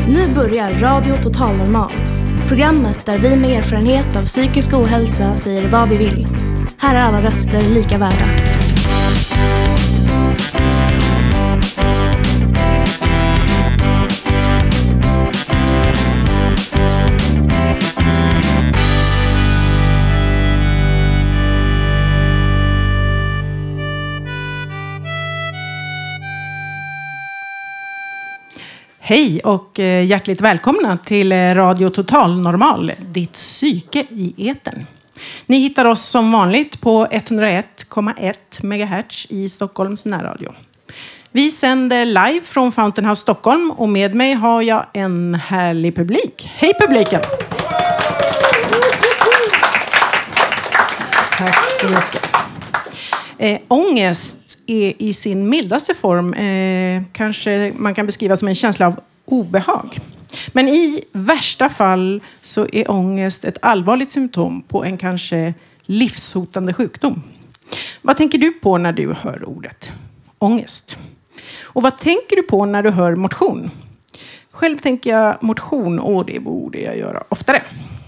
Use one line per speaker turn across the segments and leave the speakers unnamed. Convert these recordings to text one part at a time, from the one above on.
Nu börjar Radio Total Normal. Programmet där vi med erfarenhet av psykisk ohälsa säger vad vi vill. Här är alla röster lika värda.
Hej och hjärtligt välkomna till Radio Total Normal, ditt psyke i etern. Ni hittar oss som vanligt på 101,1 MHz i Stockholms närradio. Vi sänder live från Fountain House Stockholm och med mig har jag en härlig publik. Hej publiken! Tack så mycket. Ångest är i sin mildaste form kanske man kan beskriva som en känsla av obehag. Men i värsta fall så är ångest ett allvarligt symptom på en kanske livshotande sjukdom. Vad tänker du på när du hör ordet ångest? Och vad tänker du på när du hör motion? Själv tänker jag motion, och det borde jag göra oftare.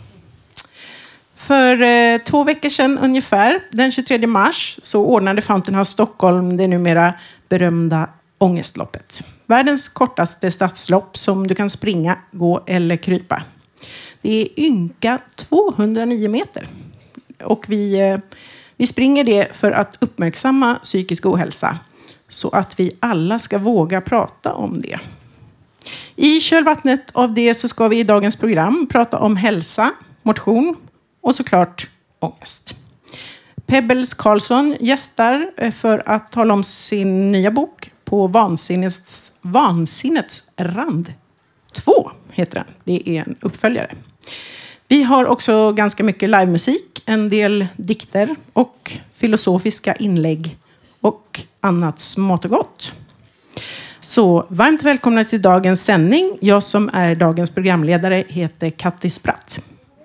För 2 veckor sedan ungefär, den 23 mars, så ordnade Fountain House Stockholm det numera berömda ångestloppet. Världens kortaste stadslopp som du kan springa, gå eller krypa. Det är ynka 209 meter. Och vi springer det för att uppmärksamma psykisk ohälsa. Så att vi alla ska våga prata om det. I kölvattnet av det så ska vi i dagens program prata om hälsa, motion och såklart ångest. Pebbles Karlsson gästar för att tala om sin nya bok På vansinnets rand. 2 heter den. Det är en uppföljare. Vi har också ganska mycket livemusik, en del dikter och filosofiska inlägg och annat smått och gott. Så varmt välkomna till dagens sändning. Jag som är dagens programledare heter Katti Spratt.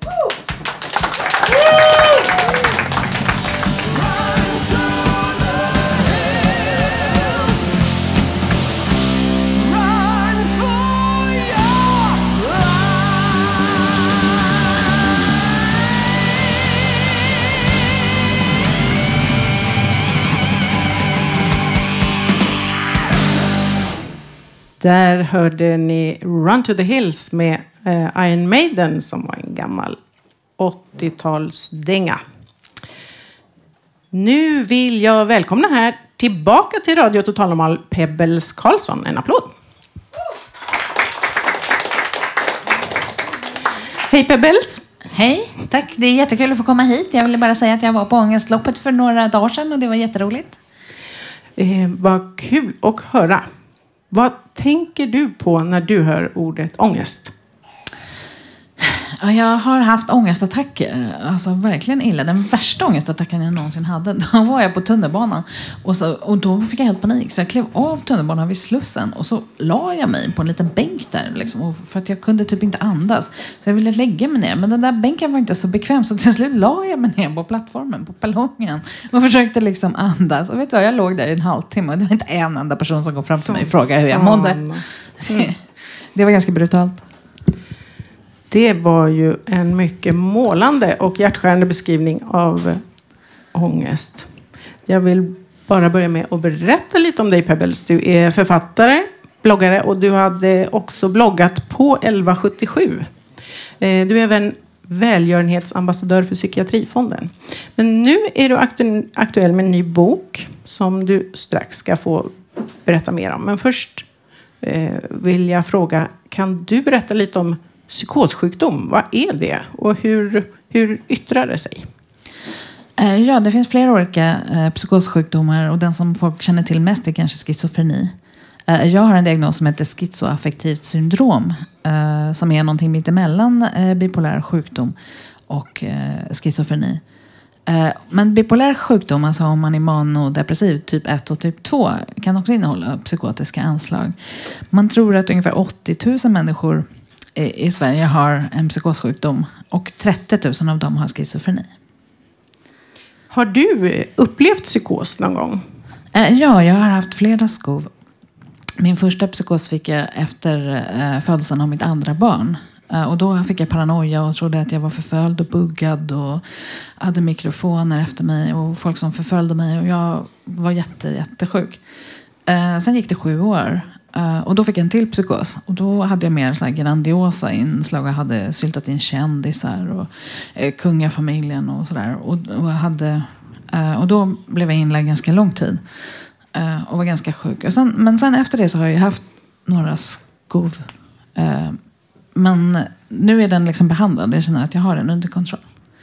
Där hörde ni Run to the Hills med Iron Maiden som var en gammal 80-talsdänga. Nu vill jag välkomna här tillbaka till Radio Total Normal Pebbles Karlsson. En applåd. Hej Pebbles.
Hej, tack. Det är jättekul att få komma hit. Jag ville bara säga att jag var på ångestloppet för några dagar sedan och det var jätteroligt.
Vad kul att höra. Vad tänker du på när du hör ordet ångest?
Ja, jag har haft ångestattacker. Alltså verkligen illa. Den värsta ångestattacken jag någonsin hade. Då var jag på tunnelbanan. Och då fick jag helt panik. Så jag klev av tunnelbanan vid Slussen. Och så la jag mig på en liten bänk där. Liksom, för att jag kunde typ inte andas. Så jag ville lägga mig ner. Men den där bänken var inte så bekväm. Så till slut la jag mig ner på plattformen. På ballongen. Och försökte liksom andas. Och vet du vad? Jag låg där i en halvtimme. Och det var inte en enda person som kom fram till mig och frågade hur jag mådde. Det var ganska brutalt.
Det var ju en mycket målande och hjärtskärande beskrivning av ångest. Jag vill bara börja med att berätta lite om dig, Pebbles. Du är författare, bloggare och du hade också bloggat på 1177. Du är även välgörenhetsambassadör för Psykiatrifonden. Men nu är du aktuell med en ny bok som du strax ska få berätta mer om. Men först vill jag fråga, kan du berätta lite om psykossjukdom? Vad är det? Och hur yttrar det sig?
Ja, det finns flera olika psykossjukdomar. Och den som folk känner till mest är kanske schizofreni. Jag har en diagnos som heter schizoaffektivt syndrom. Som är någonting mitt emellan bipolär sjukdom och schizofreni. Men bipolär sjukdom, alltså om man är manodepressiv typ 1 och typ 2, kan också innehålla psykotiska anslag. Man tror att ungefär 80 000 människor i Sverige har en psykossjukdom och 30 000 av dem har schizofreni.
Har du upplevt psykos någon gång?
Ja, jag har haft flera skov. Min första psykos fick jag efter födelsen av mitt andra barn. Och då fick jag paranoia och trodde att jag var förföljd och buggad och hade mikrofoner efter mig och folk som förföljde mig och jag var jättesjuk. Sen gick det 7 år och då fick jag en till psykos och då hade jag mer så här grandiosa inslag. Jag hade syltat in kändisar och kungafamiljen och sådär och då blev jag inlagd ganska lång tid och var ganska sjuk. Men sen efter det så har jag haft några skov. Men nu är den liksom behandlad. Jag känner att jag har den under kontroll.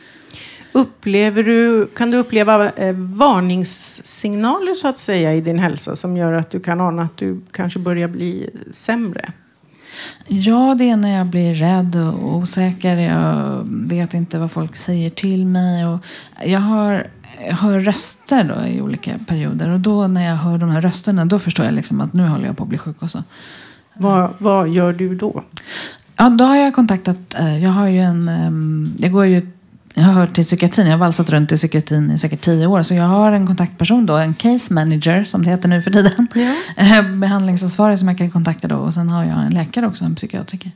Kan du uppleva varningssignaler så att säga i din hälsa som gör att du kan ana att du kanske börjar bli sämre?
Ja, det är när jag blir rädd och osäker. Jag vet inte vad folk säger till mig. Och jag hör röster då i olika perioder. Och då när jag hör de här rösterna då förstår jag liksom att nu håller jag på att bli sjuk också.
Vad gör du då?
Ja, då har jag kontaktat, jag hör till psykiatrin, jag har valsat runt i psykiatrin i säkert 10 år. Så jag har en kontaktperson då, en case manager som det heter nu för tiden. Ja. Behandlingsansvarig som jag kan kontakta då. Och sen har jag en läkare också, en psykiatriker.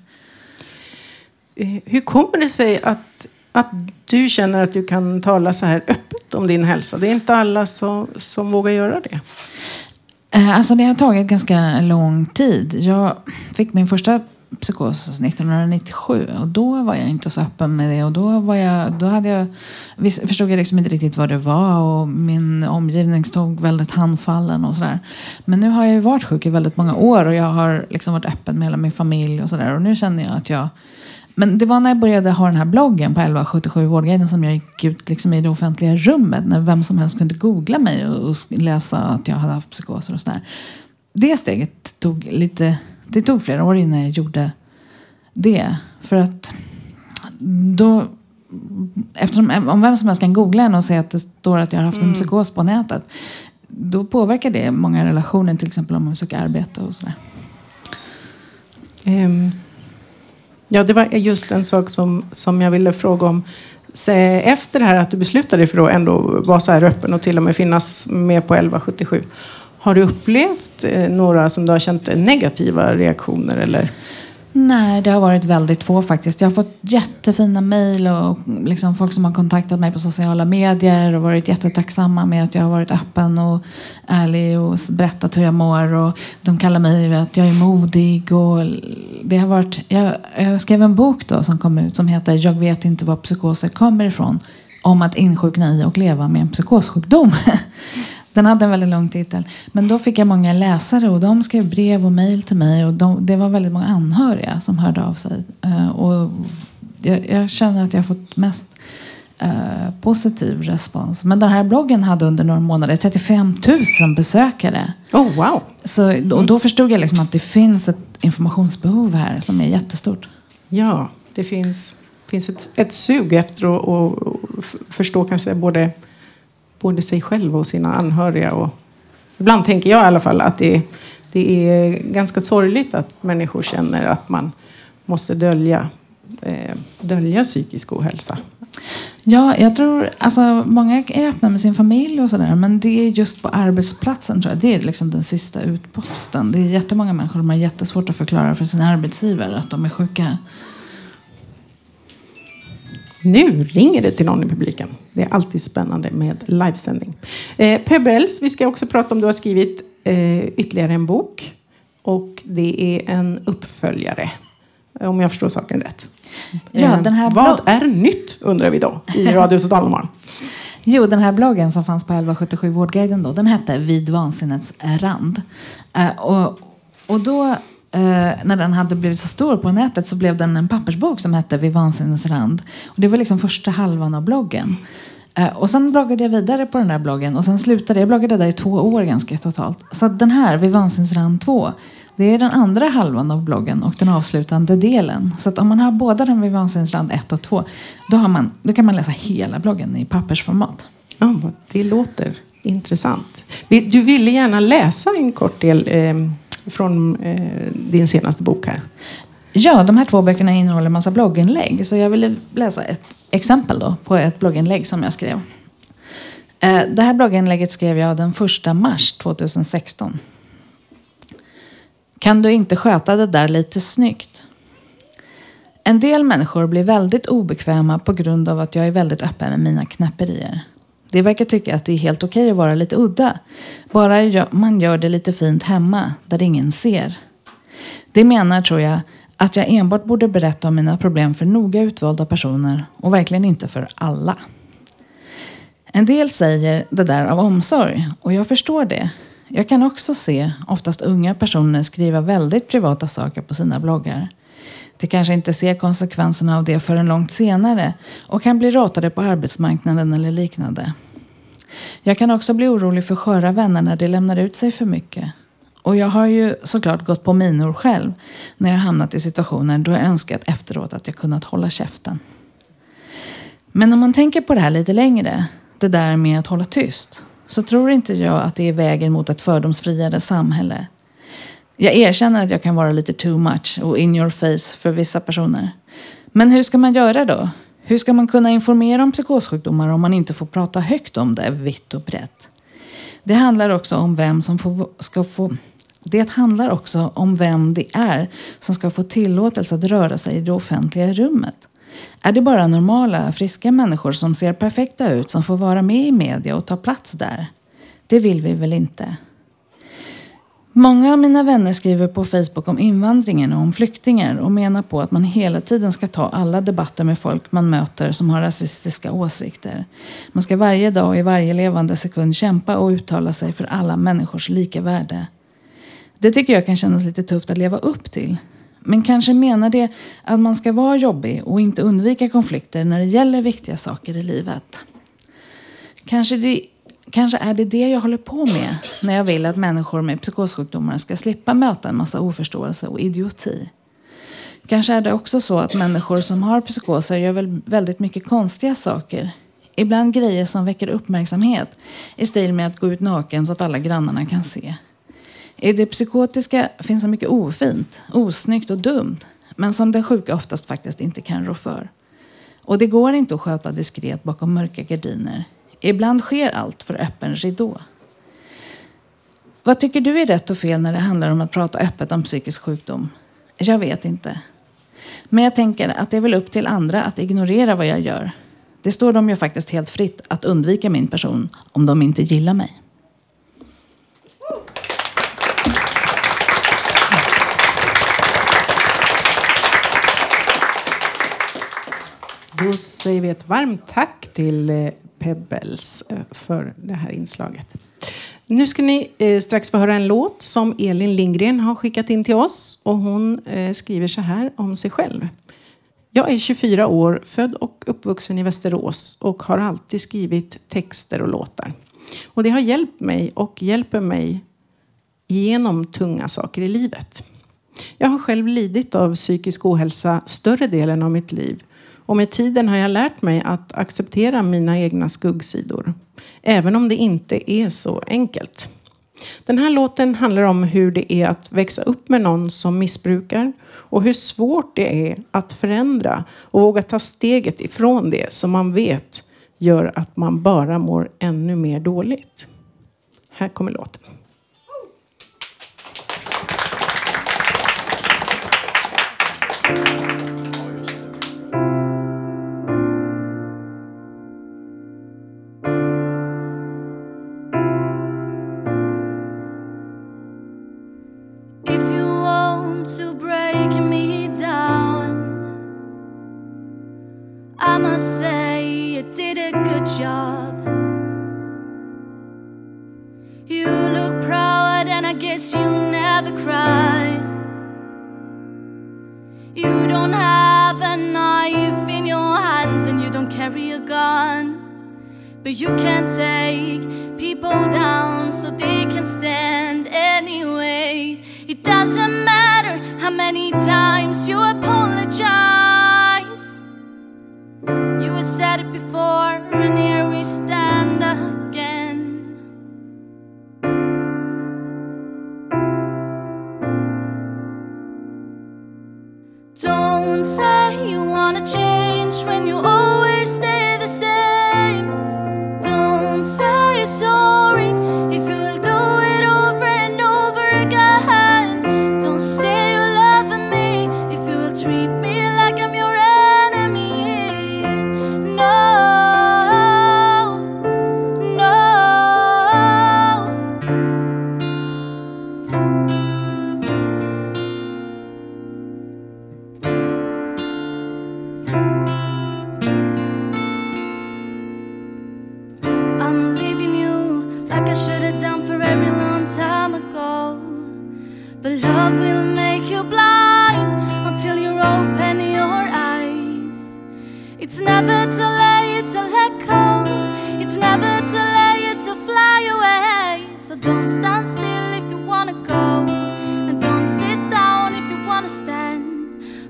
Hur kommer det sig att du känner att du kan tala så här öppet om din hälsa? Det är inte alla som vågar göra det.
Alltså det har tagit ganska lång tid. Jag fick min första psykos 1997 och då var jag inte så öppen med det och förstod jag liksom inte riktigt vad det var och min omgivning stod väldigt handfallen och sådär. Men nu har jag ju varit sjuk i väldigt många år och jag har liksom varit öppen med hela min familj och sådär och nu känner jag att men det var när jag började ha den här bloggen på 1177 Vårdguiden som jag gick ut liksom i det offentliga rummet när vem som helst kunde googla mig och läsa att jag hade haft psykoser och sådär. Det steget det tog flera år innan jag gjorde det. För att då, eftersom om vem som helst kan googla en och säga att det står att jag har haft en psykos på nätet, då påverkar det många relationer, till exempel om man försöker arbeta och sådär.
Ja, det var just en sak som jag ville fråga om. Efter det här att du beslutade för att ändå vara så här öppen och till och med finnas med på 1177. Har du upplevt några som du har känt negativa reaktioner eller?
Nej, det har varit väldigt få faktiskt. Jag har fått jättefina mejl och liksom folk som har kontaktat mig på sociala medier och varit jättetacksamma med att jag har varit öppen och ärlig och berättat hur jag mår och de kallar mig att jag är modig och det har varit, jag skrev en bok då som kom ut som heter Jag vet inte var psykoser kommer ifrån, om att insjukna i och leva med en psykossjukdom. Den hade en väldigt lång titel. Men då fick jag många läsare och de skrev brev och mejl till mig. Och det var väldigt många anhöriga som hörde av sig. Och jag känner att jag har fått mest positiv respons. Men den här bloggen hade under några månader 35 000 besökare.
Oh, wow!
Och då förstod jag liksom att det finns ett informationsbehov här som är jättestort.
Ja, det finns ett sug efter att förstå kanske både sig själv och sina anhöriga. Och ibland tänker jag i alla fall att det är ganska sorgligt att människor känner att man måste dölja psykisk ohälsa.
Ja, jag tror alltså många är öppna med sin familj och sådär, men det är just på arbetsplatsen tror jag. Det är liksom den sista utposten. Det är jättemånga människor som har jättesvårt att förklara för sina arbetsgivare att de är sjuka.
Nu ringer det till någon i publiken. Det är alltid spännande med livesändning. Pebbles, vi ska också prata om du har skrivit ytterligare en bok. Och det är en uppföljare. Om jag förstår saken rätt.
Ja, den här
vad är nytt undrar vi då i Radio Totalnormal?
Jo, den här bloggen som fanns på 1177 Vårdguiden då, den hette Vid vansinnets rand. Och då när den hade blivit så stor på nätet så blev den en pappersbok som hette Vid vansinnets rand. Och det var liksom första halvan av bloggen. Och sen bloggade jag vidare på den där bloggen och sen slutade jag bloggade där i 2 år ganska totalt. Så den här Vid vansinnets rand 2, det är den andra halvan av bloggen och den avslutande delen. Så att om man har båda den Vid vansinnets rand 1 och 2, då kan man läsa hela bloggen i pappersformat.
Ja, det låter intressant. Du ville gärna läsa en kort del från din senaste bok här.
Ja, de här 2 böckerna innehåller en massa blogginlägg. Så jag ville läsa ett exempel då på ett blogginlägg som jag skrev. Det här blogginlägget skrev jag den 1 mars 2016. Kan du inte sköta det där lite snyggt? En del människor blir väldigt obekväma på grund av att jag är väldigt öppen med mina knäpperier. De verkar tycka att det är helt okej att vara lite udda. Bara man gör det lite fint hemma, där ingen ser. De menar, tror jag, att jag enbart borde berätta om mina problem för noga utvalda personer och verkligen inte för alla. En del säger det där av omsorg och jag förstår det. Jag kan också se oftast unga personer skriva väldigt privata saker på sina bloggar. De kanske inte ser konsekvenserna av det förrän långt senare och kan bli ratade på arbetsmarknaden eller liknande. Jag kan också bli orolig för sköra vänner när de lämnar ut sig för mycket. Och jag har ju såklart gått på minor själv när jag hamnat i situationer då jag önskat efteråt att jag kunnat hålla käften. Men om man tänker på det här lite längre, det där med att hålla tyst, så tror inte jag att det är vägen mot ett fördomsfriare samhälle. Jag erkänner att jag kan vara lite too much och in your face för vissa personer. Men hur ska man göra då? Hur ska man kunna informera om psykossjukdomar om man inte får prata högt om det vitt och brett? Det handlar också om vem det är som ska få tillåtelse att röra sig i det offentliga rummet. Är det bara normala, friska människor som ser perfekta ut som får vara med i media och ta plats där? Det vill vi väl inte? Många av mina vänner skriver på Facebook om invandringen och om flyktingar och menar på att man hela tiden ska ta alla debatter med folk man möter som har rasistiska åsikter. Man ska varje dag och i varje levande sekund kämpa och uttala sig för alla människors lika värde. Det tycker jag kan kännas lite tufft att leva upp till. Men kanske menar det att man ska vara jobbig och inte undvika konflikter när det gäller viktiga saker i livet. Kanske är det jag håller på med när jag vill att människor med psykossjukdomar ska slippa möta en massa oförståelse och idioti. Kanske är det också så att människor som har psykoser gör väldigt mycket konstiga saker. Ibland grejer som väcker uppmärksamhet i stil med att gå ut naken så att alla grannarna kan se. I det psykotiska finns så mycket ofint, osnyggt och dumt, men som den sjuka oftast faktiskt inte kan rå för. Och det går inte att sköta diskret bakom mörka gardiner. Ibland sker allt för öppen ridå. Vad tycker du är rätt och fel när det handlar om att prata öppet om psykisk sjukdom? Jag vet inte. Men jag tänker att det är väl upp till andra att ignorera vad jag gör. Det står dem ju faktiskt helt fritt att undvika min person om de inte gillar mig.
Då säger vi ett varmt tack till Pebbles för det här inslaget. Nu ska ni strax få höra en låt som Elin Lindgren har skickat in till oss. Och hon skriver så här om sig själv. Jag är 24 år, född och uppvuxen i Västerås och har alltid skrivit texter och låtar. Och det har hjälpt mig och hjälper mig genom tunga saker i livet. Jag har själv lidit av psykisk ohälsa större delen av mitt liv. Och med tiden har jag lärt mig att acceptera mina egna skuggsidor. Även om det inte är så enkelt. Den här låten handlar om hur det är att växa upp med någon som missbrukar. Och hur svårt det är att förändra och våga ta steget ifrån det som man vet gör att man bara mår ännu mer dåligt. Här kommer låten.
But you can't take people down so they can stand anyway. It doesn't matter how many times you apologize. You have said it before and here we stand again. Don't say you wanna change when you always stay the same. Don't say sorry if you will do it over and over again. Don't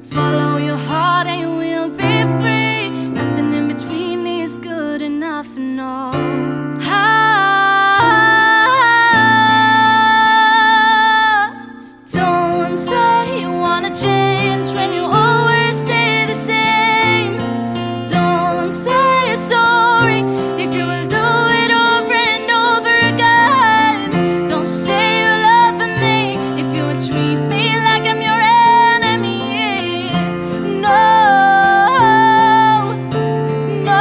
Follow your heart and you will be free. Nothing in between is good enough, no. Don't say you wanna change when you always stay the same. Don't say sorry if you will do it over and over again. Don't say you love me if you will treat me like I'm your enemy. No, no.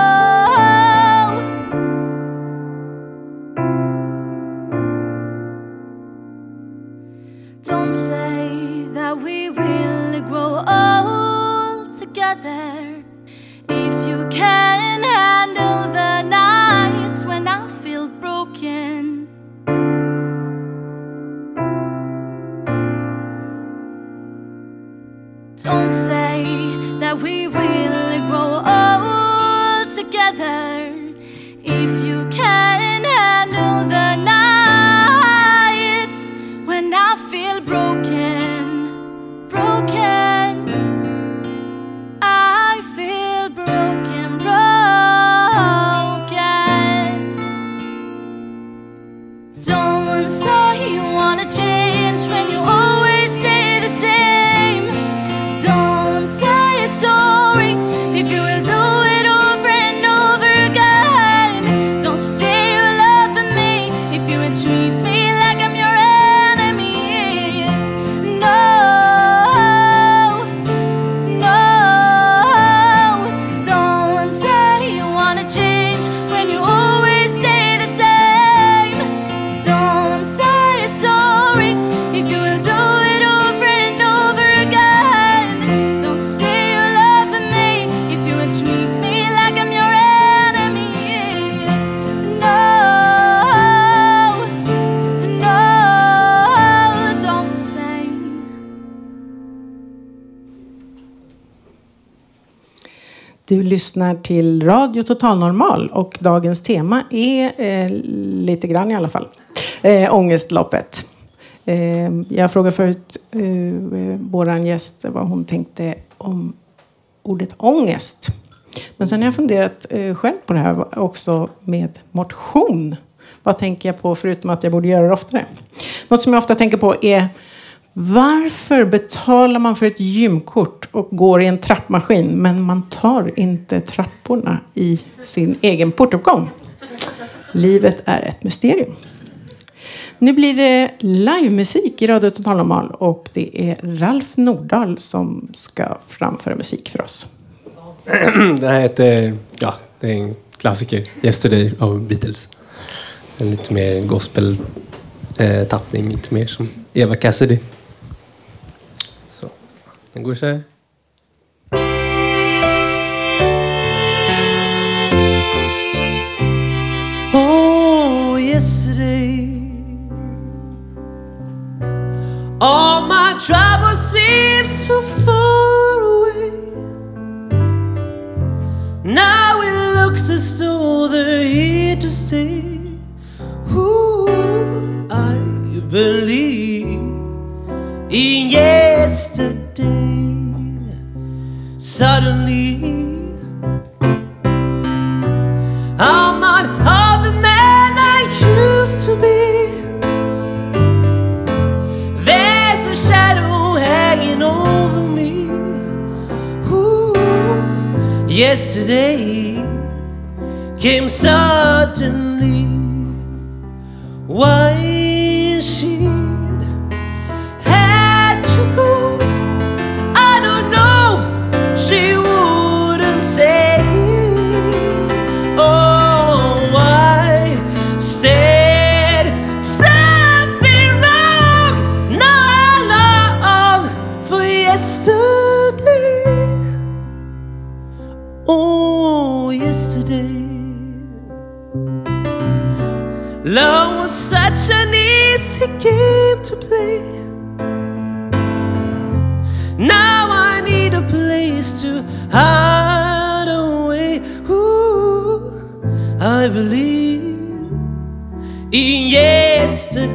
Don't say that we will grow old together if you can handle the nights when I feel broken. Don't say that we will grow old together if you can handle the nights when I feel broken, broken. I feel broken, broken. Don't say you wanna change when you always stay the same. Don't say sorry if you will do it over and over again. Don't say you love me if you will treat me like I'm your enemy. No, no. Don't say you wanna change when you always stay the same. Don't say sorry if you will do it over and over again. Don't say you love me if you will treat me like I'm your enemy. No, no. Don't say.
Du lyssnar till Radio Total Normal och dagens tema är lite grann i alla fall ångestloppet. Jag frågade förut våran gäst vad hon tänkte om ordet ångest. Men sen har jag funderat själv på det här också med motion. Vad tänker jag på förutom att jag borde göra det oftare? Något som jag ofta tänker på är varför betalar man för ett gymkort och går i en trappmaskin men man tar inte trapporna i sin egen portuppgång? Livet är ett mysterium. Nu blir det livemusik i Radio Total Normal och det är Ralf Nordahl som ska framföra musik för oss.
Det här heter, ja, det är en klassiker, Yesterday av Beatles. En lite mer gospel-tappning, lite mer som Eva Cassidy. Så, den går så här.
Oh, yesterday, all my troubles seem so far away. Now it looks as though they're here to stay. Ooh, I believe in yesterday. Suddenly I'm not all the man I used to be. There's a shadow hanging over me. Ooh, yesterday came suddenly. Why she had to go, I don't know. She wouldn't say. Oh, I said something wrong. Now I long for yesterday. Oh, yesterday. Love was such an easy game to play. Now I need a place to hide away. Ooh, I believe in yesterday. 'Cause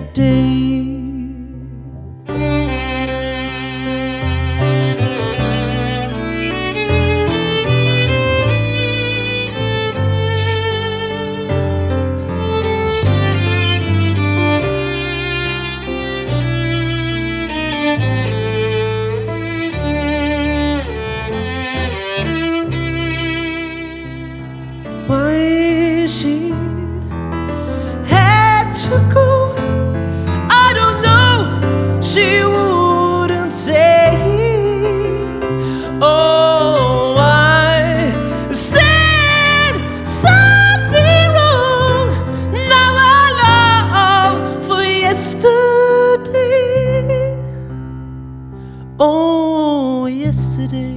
yesterday.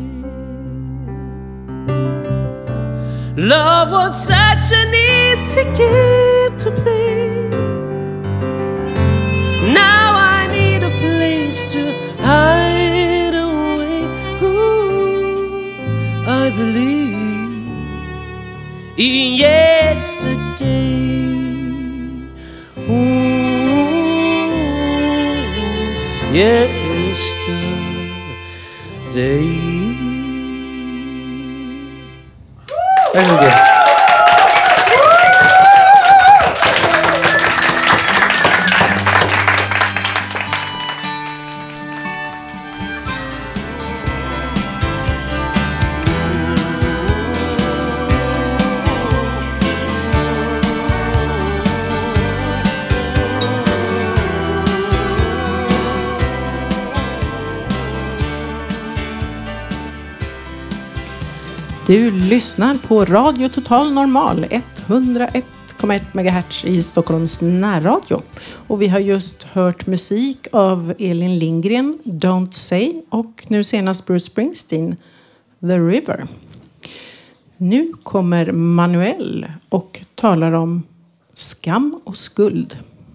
Love was such an easy game to play. Now I need a place to hide away. Ooh, I believe in yesterday. Ooh, yesterday.
Tack så mycket.
Du lyssnar på Radio Total Normal 101,1 MHz i Stockholms närradio. Och vi har just hört musik av Elin Lindgren, Don't Say, och nu senast Bruce Springsteen, The River. Nu kommer Manuel och talar om skam och skuld.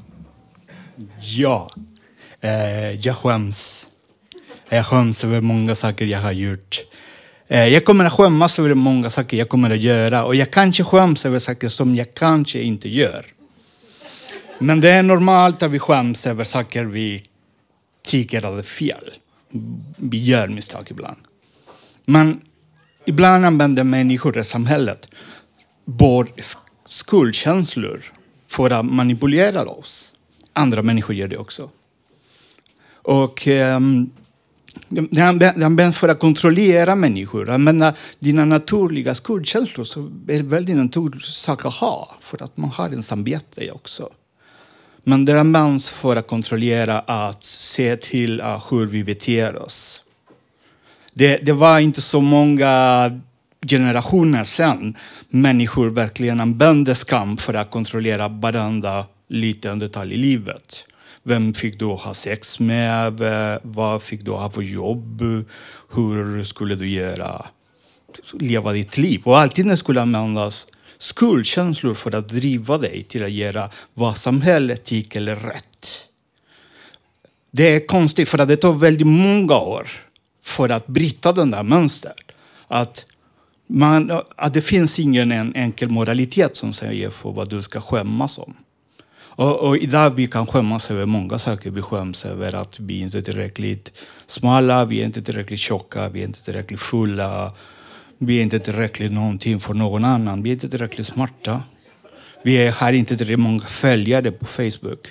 Ja, jag skäms. Jag skäms över många saker jag har gjort. Jag kommer att skämmas över många saker jag kommer att göra. Och jag kanske skäms över saker som jag kanske inte gör. Men det är normalt att vi skäms över saker vi tycker är fel. Vi gör misstag ibland. Men ibland använder människor i samhället våra skuldkänslor för att manipulera oss. Andra människor gör det också. Och det används för att kontrollera människor. Använda dina naturliga skuldkänslor, så är det väldigt naturlig sak att ha. För att man har en samvete också. Men det används för att kontrollera, att se till hur vi beter oss. Det var inte så många generationer sedan människor verkligen använde skam för att kontrollera varandra liten detalj i livet. Vem fick du ha sex med? Vad fick du ha för jobb? Hur skulle du leva ditt liv? Och alltid skulle användas skuldkänslor för att driva dig till att göra vad samhället tycker är rätt. Det är konstigt, för att det tar väldigt många år för att bryta den där mönstret. Att det finns ingen enkel moralitet som säger för vad du ska skämmas om. Och idag vi kan skämmas över många saker. Vi skäms över att vi inte är tillräckligt smala, vi är inte tillräckligt tjocka, vi är inte tillräckligt fulla, vi är inte tillräckligt någonting för någon annan, vi är inte tillräckligt smarta. Vi har inte tillräckligt många följare på Facebook.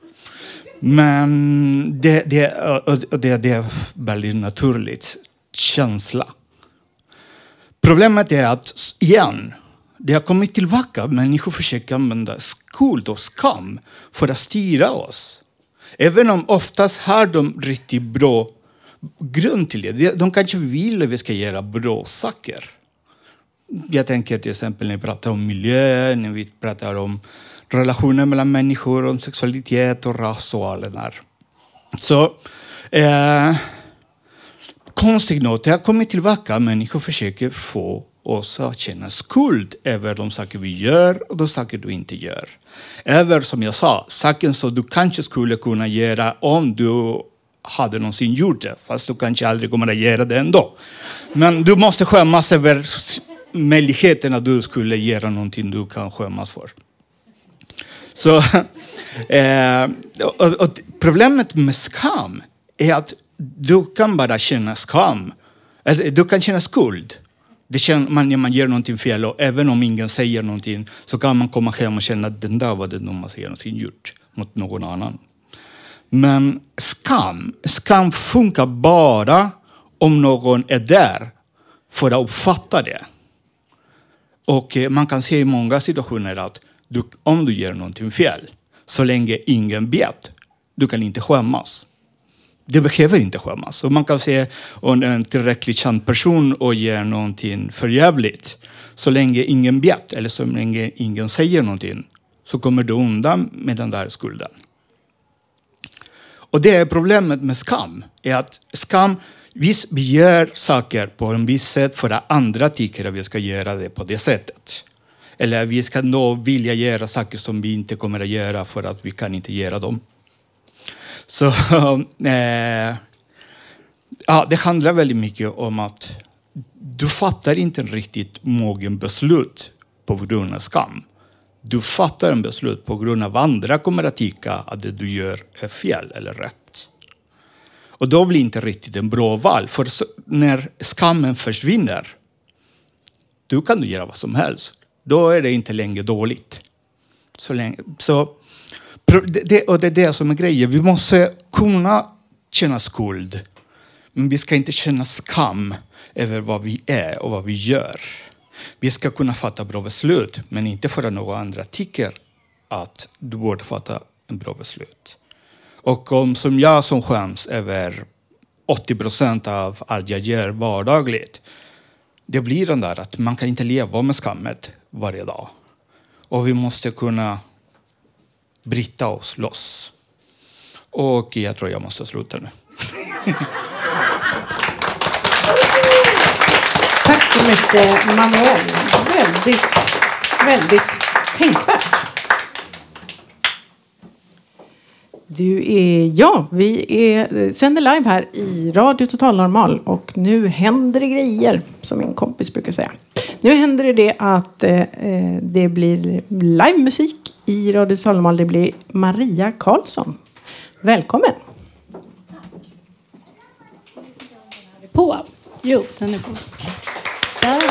Men det är väldigt naturligt känsla. Problemet är att igen, det har kommit tillbaka. Människor försöker använda skuld och skam för att styra oss. Även om oftast har de riktigt bra grund till det. De kanske vill att vi ska göra bra saker. Jag tänker till exempel när vi pratar om miljö, när vi pratar om relationer mellan människor, om sexualitet och ras och allt det där. Så konstigt nog, det har kommit tillbaka. Människor försöker få oss att känna skuld över de saker vi gör och de saker du inte gör. Över, som jag sa, saker som du kanske skulle kunna göra om du hade någonsin gjort det. Fast du kanske aldrig kommer att göra det ändå. Men du måste skämmas över möjligheten att du skulle göra någonting du kan skämmas för. Så och problemet med skam är att du kan bara känna skam. Alltså, du kan känna skuld. Det känner man när man gör någonting fel, och även om ingen säger någonting så kan man komma hem och känna att den där var det dummaste jag någonsin gjort mot någon annan. Men skam funkar bara om någon är där för att uppfatta det. Och man kan se i många situationer att om du gör någonting fel, så länge ingen vet, du kan inte skämmas. Det behöver inte skämmas. Och man kan se om en tillräckligt känd person och gör någonting förjävligt. Så länge ingen vet, eller så länge ingen säger någonting, så kommer du undan med den där skulden. Och det är problemet med skam. Är att skam vi gör saker på en viss sätt för att andra tycker att vi ska göra det på det sättet. Eller vi ska då vilja göra saker som vi inte kommer att göra för att vi kan inte göra dem. Så det handlar väldigt mycket om att du fattar inte riktigt mogen beslut på grund av skam. Du fattar en beslut på grund av andra kommer att tycka att det du gör är fel eller rätt. Och då blir inte riktigt en bra val. För när skammen försvinner, då kan du göra vad som helst. Då är det inte längre dåligt. Och det är det som är grejen. Vi måste kunna känna skuld. Men vi ska inte känna skam över vad vi är och vad vi gör. Vi ska kunna fatta bra beslut, men inte för att några andra tycker att du borde fatta en bra beslut. Och som jag som skäms över 80% av allt jag gör vardagligt, det blir den där att man kan inte leva med skammet varje dag. Och vi måste kunna bryta oss loss. Och jag tror jag måste sluta nu.
Tack så mycket, Manuel. Väldigt, väldigt tänkvärt. Vi sänder live här i Radio Total Normal och nu händer det grejer, som min kompis brukar säga. Nu händer det att det blir livemusik i Radio Total Normal. Det blir Maria Karlsson. Välkommen.
På. Jo, den är på. Där.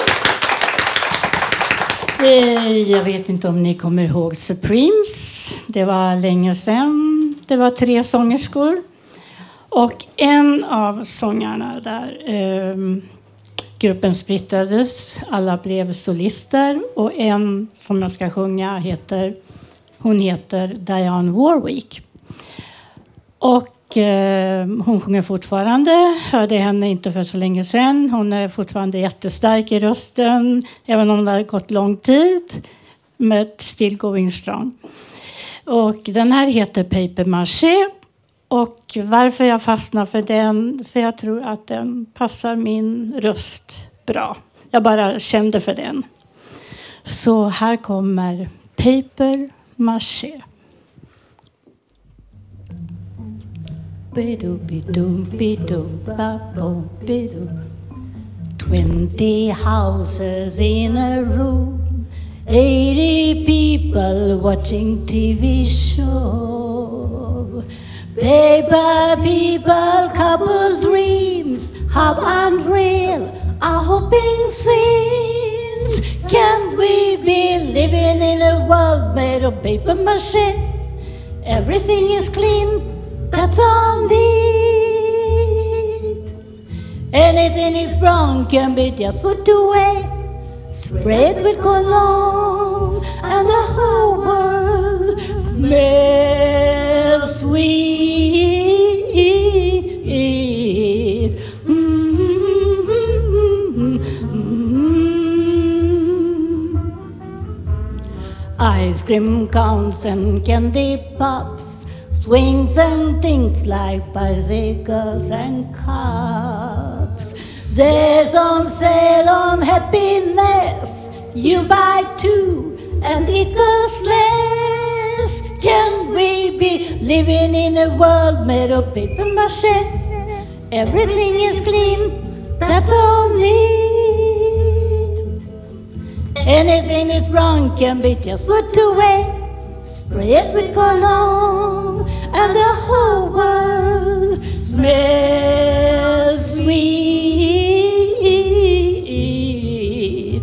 Jag vet inte om ni kommer ihåg Supremes. Det var länge sedan. Det var 3 sångerskor. Och en av sångarna där, gruppen splittrades. Alla blev solister. Och en som jag ska sjunga hon heter Dionne Warwick. Och hon sjunger fortfarande. Hörde henne inte för så länge sedan. Hon är fortfarande jättestark i rösten. Även om det har gått lång tid. But still going strong. Och den här heter Paper Maché. Och varför jag fastnar för den. För jag tror att den passar min röst bra. Jag bara kände för den. Så här kommer Paper Maché. Bidoo-bidoo, bidoo-ba-bo-bidoo. 20 houses in a room, 80 people watching TV show. Paper people, couple dreams, how unreal are hoping scenes. Can we be living in a world made of paper mache? Everything is clean. That's all need. Anything is wrong can be just put away. Sprayed with cologne and the whole world smells sweet. Ice cream cones and candy pops, swings and things like bicycles and cups. There's on sale on happiness. You buy 2 and it costs less. Can we be living in a world made of paper mache? Everything is clean, that's all need. Anything is wrong can be just put away. Spray it with cologne and the whole world smells sweet.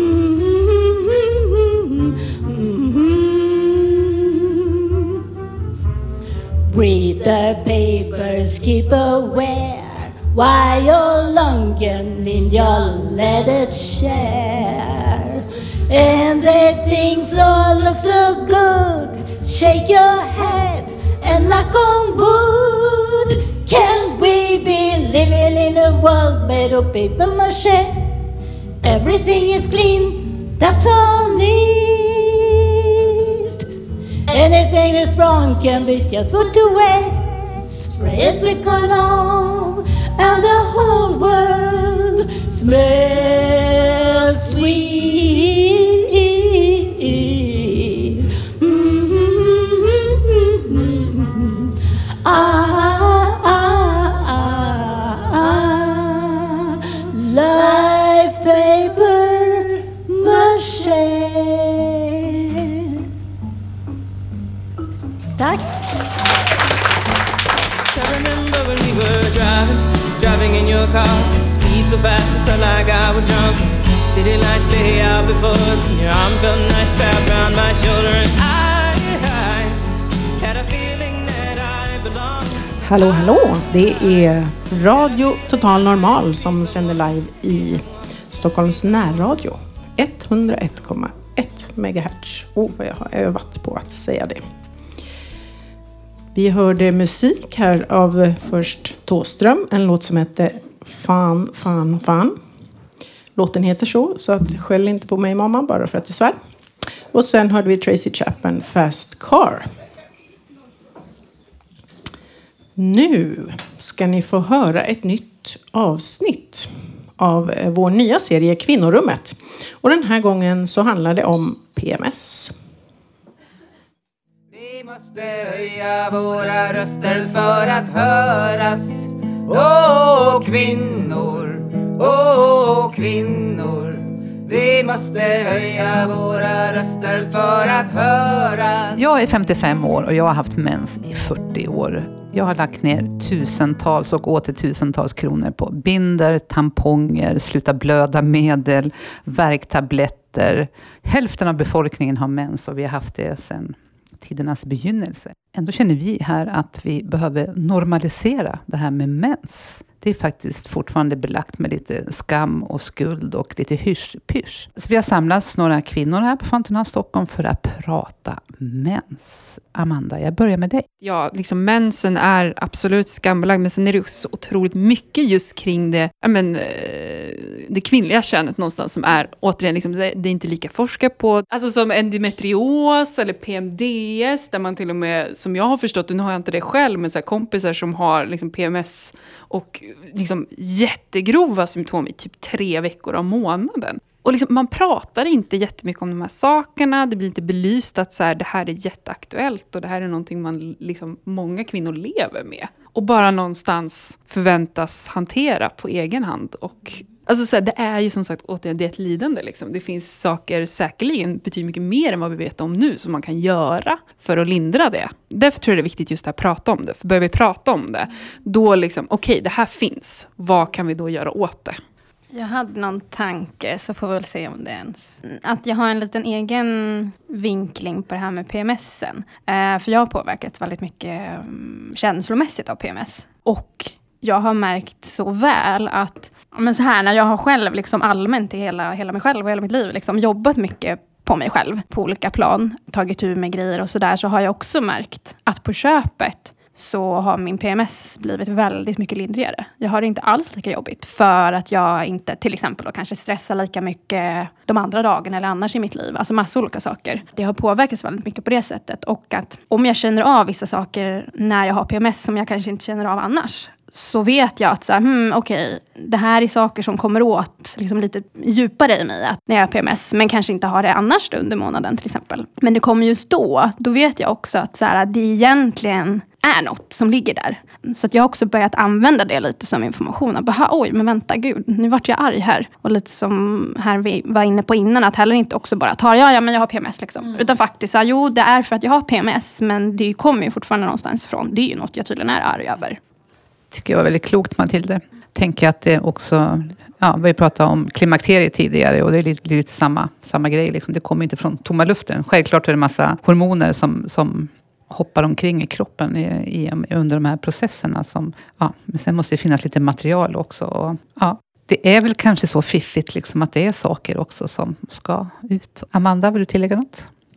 Read the papers, keep aware while you're lunging in your leather chair. And they think so, look so good. Shake your head and knock on wood. Can we be living in a world made of paper mache? Everything is clean, that's all need. Anything that's wrong can be just put away. Spray it with cologne and the whole world smells sweet. Mm-hmm. Life paper maché. Tack.
I remember when we were driving in your car. Speed so fast, it felt like I was drunk. City lights lay out before us, and your arm felt nice wrapped around my shoulder. And I had a feeling that I belonged.
Hallå, hallå! Det är Radio Total Normal som sänder live i Stockholms närradio. 101,1 MHz. Vad jag har övat på att säga det. Vi hörde musik här av först Thåström, en låt som heter Fan, fan, fan. Låten heter så att skäll inte på mig mamma bara för att det svär. Och sen hörde vi Tracy Chapman, Fast Car. Nu ska ni få höra ett nytt avsnitt av vår nya serie Kvinnorummet. Och den här gången så handlar det om PMS.
Vi måste höja våra röster för att höras. Åh kvinnor, åh kvinnor. Vi måste höja våra röster för att höras.
Jag är 55 år och jag har haft mens i 40 år. Jag har lagt ner tusentals och åter tusentals kronor på binder, tamponger, sluta blöda medel, värktabletter. Hälften av befolkningen har mens och vi har haft det sedan tidernas begynnelse. Ändå känner vi här att vi behöver normalisera det här med mens. Det är faktiskt fortfarande belagt med lite skam och skuld och lite hysch-pysch. Så vi har samlats några kvinnor här på Fountain House Stockholm för att prata mens. Amanda, jag börjar med dig.
Ja, liksom mensen är absolut skambelagd, men sen är det också så otroligt mycket just kring det kvinnliga könet någonstans som är, återigen, liksom, det är inte lika forskat på. Alltså som endometrios eller PMDS, där man till och med, som jag har förstått, nu har jag inte det själv, men så här kompisar som har liksom PMS och liksom jättegrova symptom i typ 3 veckor av månaden. Och liksom, man pratar inte jättemycket om de här sakerna. Det blir inte belyst att så här, det här är jätteaktuellt och det här är någonting man, liksom, många kvinnor lever med. Och bara någonstans förväntas hantera på egen hand. Och alltså, så här, det är ju som sagt återigen, det är ett lidande. Liksom. Det finns saker säkerligen betyder mycket mer än vad vi vet om nu som man kan göra för att lindra det. Därför tror jag det är viktigt just att prata om det. För börjar vi prata om det, då liksom, okej, det här finns. Vad kan vi då göra åt det?
Jag hade någon tanke, så får vi väl se om det ens. Att jag har en liten egen vinkling på det här med PMSen. För jag har påverkats väldigt mycket känslomässigt av PMS. Och jag har märkt så väl att, men så här, när jag har själv liksom allmänt i hela mig själv och hela mitt liv liksom jobbat mycket på mig själv på olika plan, tagit ur med grejer och sådär, så har jag också märkt att på köpet så har min PMS blivit väldigt mycket lindrigare. Jag har det inte alls lika jobbigt för att jag inte till exempel då kanske stressar lika mycket de andra dagarna eller annars i mitt liv. Alltså massa olika saker. Det har påverkats väldigt mycket på det sättet. Och att om jag känner av vissa saker när jag har PMS som jag kanske inte känner av annars, så vet jag att så här, okej, det här är saker som kommer åt liksom lite djupare i mig att när jag har PMS, men kanske inte har det annars under månaden till exempel. Men det kommer just då vet jag också att så här, det egentligen är något som ligger där. Så att jag har också börjat använda det lite som information. Att bara, oj, men vänta, gud, nu vart jag arg här. Och lite som här vi var inne på innan, att heller inte också bara tar ja, men jag har PMS liksom. Utan faktiskt, jo, det är för att jag har PMS, men det kommer ju fortfarande någonstans ifrån. Det är ju något jag tydligen är arg över.
Tycker jag var väldigt klokt, Matilda. Tänker att det också, vi pratade om klimakteriet tidigare och det är lite samma grej. Liksom. Det kommer inte från tomma luften. Självklart är det en massa hormoner som hoppar omkring i kroppen under de här processerna. Men sen måste det finnas lite material också. Och, det är väl kanske så fiffigt liksom, att det är saker också som ska ut. Amanda, vill du tillägga något?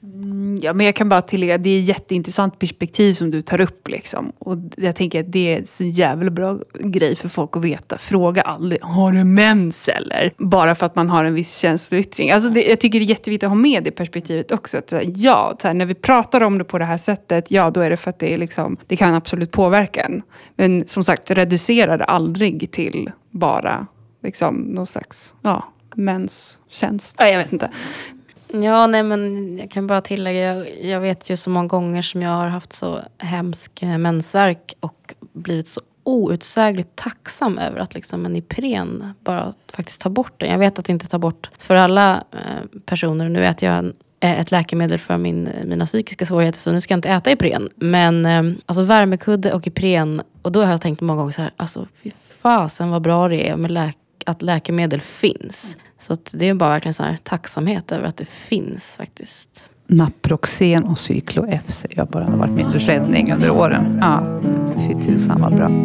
Ja, men jag kan bara tillägga, det är ett jätteintressant perspektiv som du tar upp liksom. Och jag tänker att det är en så jävla bra grej för folk att veta. Fråga aldrig, har du mens eller? Bara för att man har en viss känsloyttring. Alltså jag tycker det är jätteviktigt att ha med det perspektivet också. Att, ja, så här, när vi pratar om det på det här sättet, ja då är det för att det är liksom, det kan absolut påverka en. Men som sagt, reducera det aldrig till bara liksom någon slags, ja, menstjänst. Jag vet inte.
Ja, nej men jag kan bara tillägga, jag vet ju så många gånger som jag har haft så hemsk mensvärk och blivit så outsägligt tacksam över att liksom en Ipren bara faktiskt tar bort den. Jag vet att det inte tar bort för alla personer. Nu äter jag ett läkemedel för mina psykiska svårigheter, så nu ska jag inte äta Ipren. Men alltså värmekudde och Ipren, och då har jag tänkt många gånger så här, alltså fy fasen vad bra det är med att läkemedel finns. Så att det är bara verkligen så här tacksamhet över att det finns faktiskt.
Naproxen och Cyklo F säger jag bara har varit min räddning under åren. Ja, fy tusan vad bra.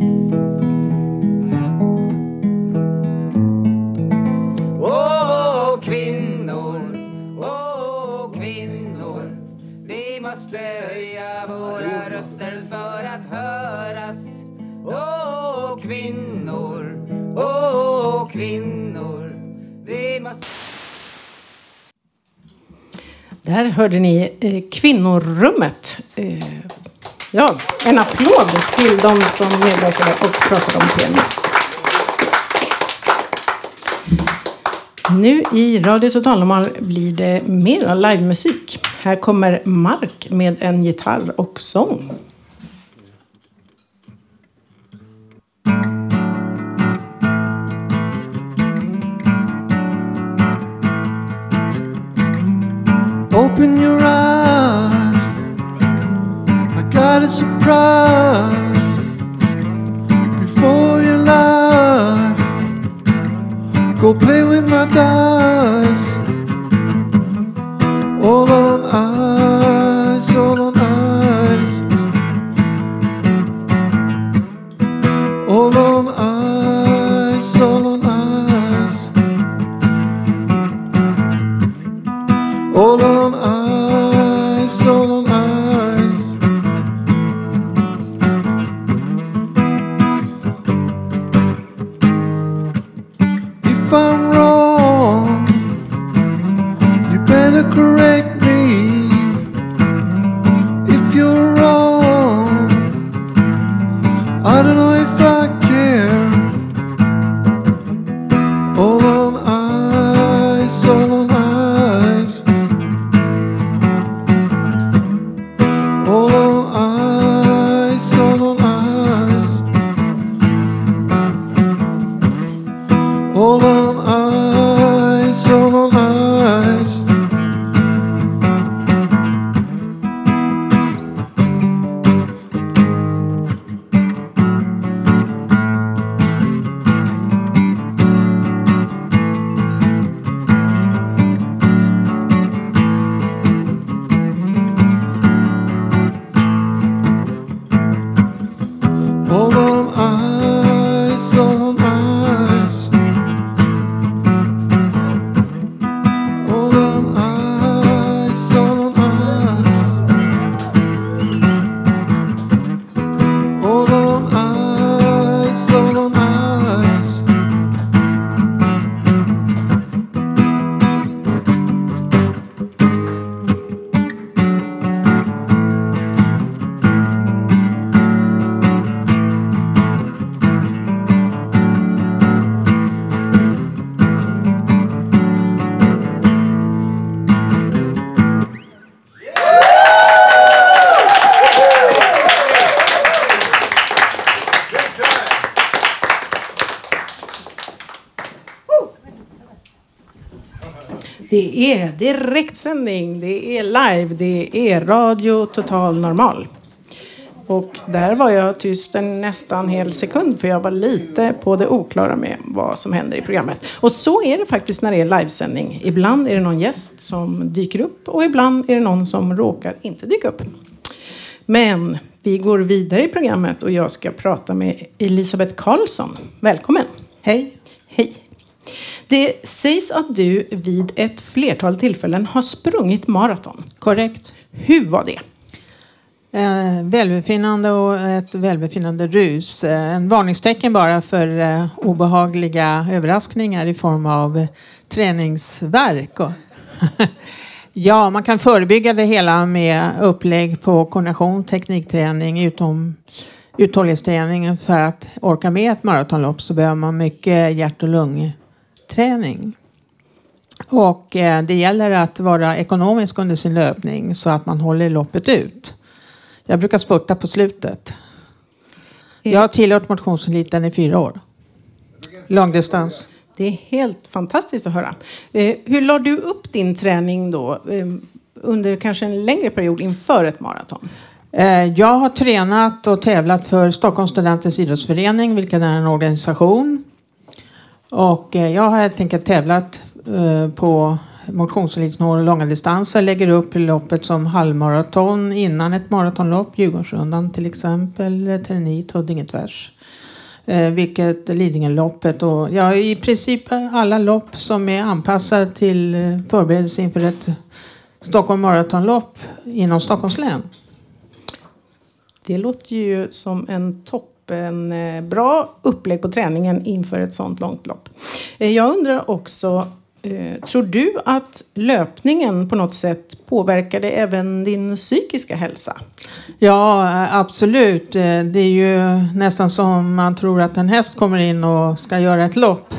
Åh kvinnor, vi måste höja våra röster för att höras. Åh kvinnor, vi måste...
Där hörde ni Kvinnorummet. Ja, en applåd till de som medverkade och pratade om PMS. Nu i Radio Total Normal blir det mer livemusik. Här kommer Mark med en gitarr och sång.
Open your eyes, I got a surprise before your life. Go play with my dice. All on ice, all on ice. All on ice, all on ice. All on ice, all on ice. If I'm wrong, you better correct me. If you're wrong, I don't know if I care. All on ice, all on ice. All on ice, all on ice. All on ice, all on ice. All on ice, all on ice. All on ice, all on ice. All on ice, all on ice.
Det är direktsändning, det är live, det är Radio Total Normal. Och där var jag tyst en nästan hel sekund för jag var lite på det oklara med vad som händer i programmet. Och så är det faktiskt när det är livesändning. Ibland är det någon gäst som dyker upp och ibland är det någon som råkar inte dyka upp. Men vi går vidare i programmet och jag ska prata med Elisabeth Karlsson. Välkommen!
Hej!
Hej! Det sägs att du vid ett flertal tillfällen har sprungit maraton.
Korrekt.
Hur var det?
Välbefinnande och ett välbefinnande rus. En varningstecken bara för obehagliga överraskningar i form av träningsvärk. Ja, man kan förebygga det hela med upplägg på koordination, teknikträning, uthållighetsträning. För att orka med ett maratonlopp så behöver man mycket hjärt- och lungträning. Och det gäller att vara ekonomisk under sin löpning så att man håller loppet ut. Jag brukar spurta på slutet. Jag har tillhört motionseliten i 4 år. Långdistans.
Det är helt fantastiskt att höra. Hur la du upp din träning då under kanske en längre period inför ett maraton?
Jag har tränat och tävlat för Stockholms studenters idrottsförening, vilken är en organisation. Och jag har helt enkelt tävlat på motionselitnivå och långa distanser. Lägger upp loppet som halvmaraton innan ett maratonlopp. Djurgårdsrundan till exempel, Ternit, Huddinge tvärs. Vilket Lidingöloppet och ja, i princip alla lopp som är anpassade till förberedelse inför ett Stockholm maratonlopp inom Stockholms län.
Det låter ju som en bra upplägg på träningen inför ett sånt långt lopp. Jag undrar också, tror du att löpningen på något sätt påverkade även din psykiska hälsa?
Ja, absolut. Det är ju nästan som man tror att en häst kommer in och ska göra ett lopp.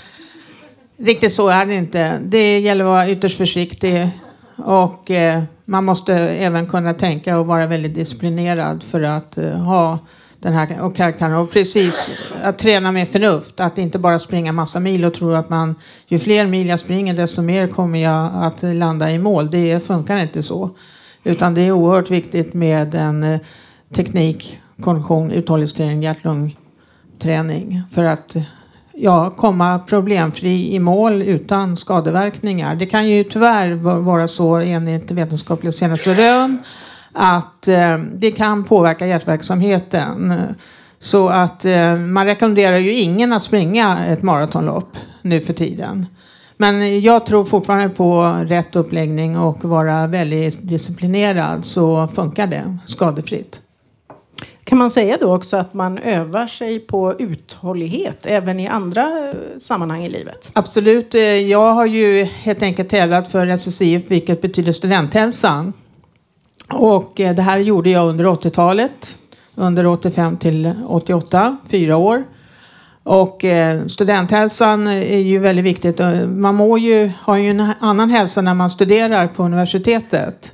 Riktigt så är det inte. Det gäller att vara ytterst försiktig och man måste även kunna tänka och vara väldigt disciplinerad för att ha den här och karaktären. Och precis att träna med förnuft. Att inte bara springa massa mil och tro att man ju fler mil jag springer desto mer kommer jag att landa i mål. Det funkar inte så. Utan det är oerhört viktigt med en teknik, kondition, uthållighetsträning, hjärt-lungträning. För att komma problemfri i mål utan skadeverkningar. Det kan ju tyvärr vara så enligt vetenskapliga senaste rön att det kan påverka hjärtverksamheten. Så att man rekommenderar ju ingen att springa ett maratonlopp nu för tiden. Men jag tror fortfarande på rätt uppläggning och vara väldigt disciplinerad så funkar det skadefritt.
Kan man säga då också att man övar sig på uthållighet även i andra sammanhang i livet?
Absolut. Jag har ju helt enkelt tävlat för SSIF, vilket betyder studenthälsan. Och det här gjorde jag under 80-talet. Under 85 till 88, 4 år. Och studenthälsan är ju väldigt viktigt. Man har ju en annan hälsa när man studerar på universitetet.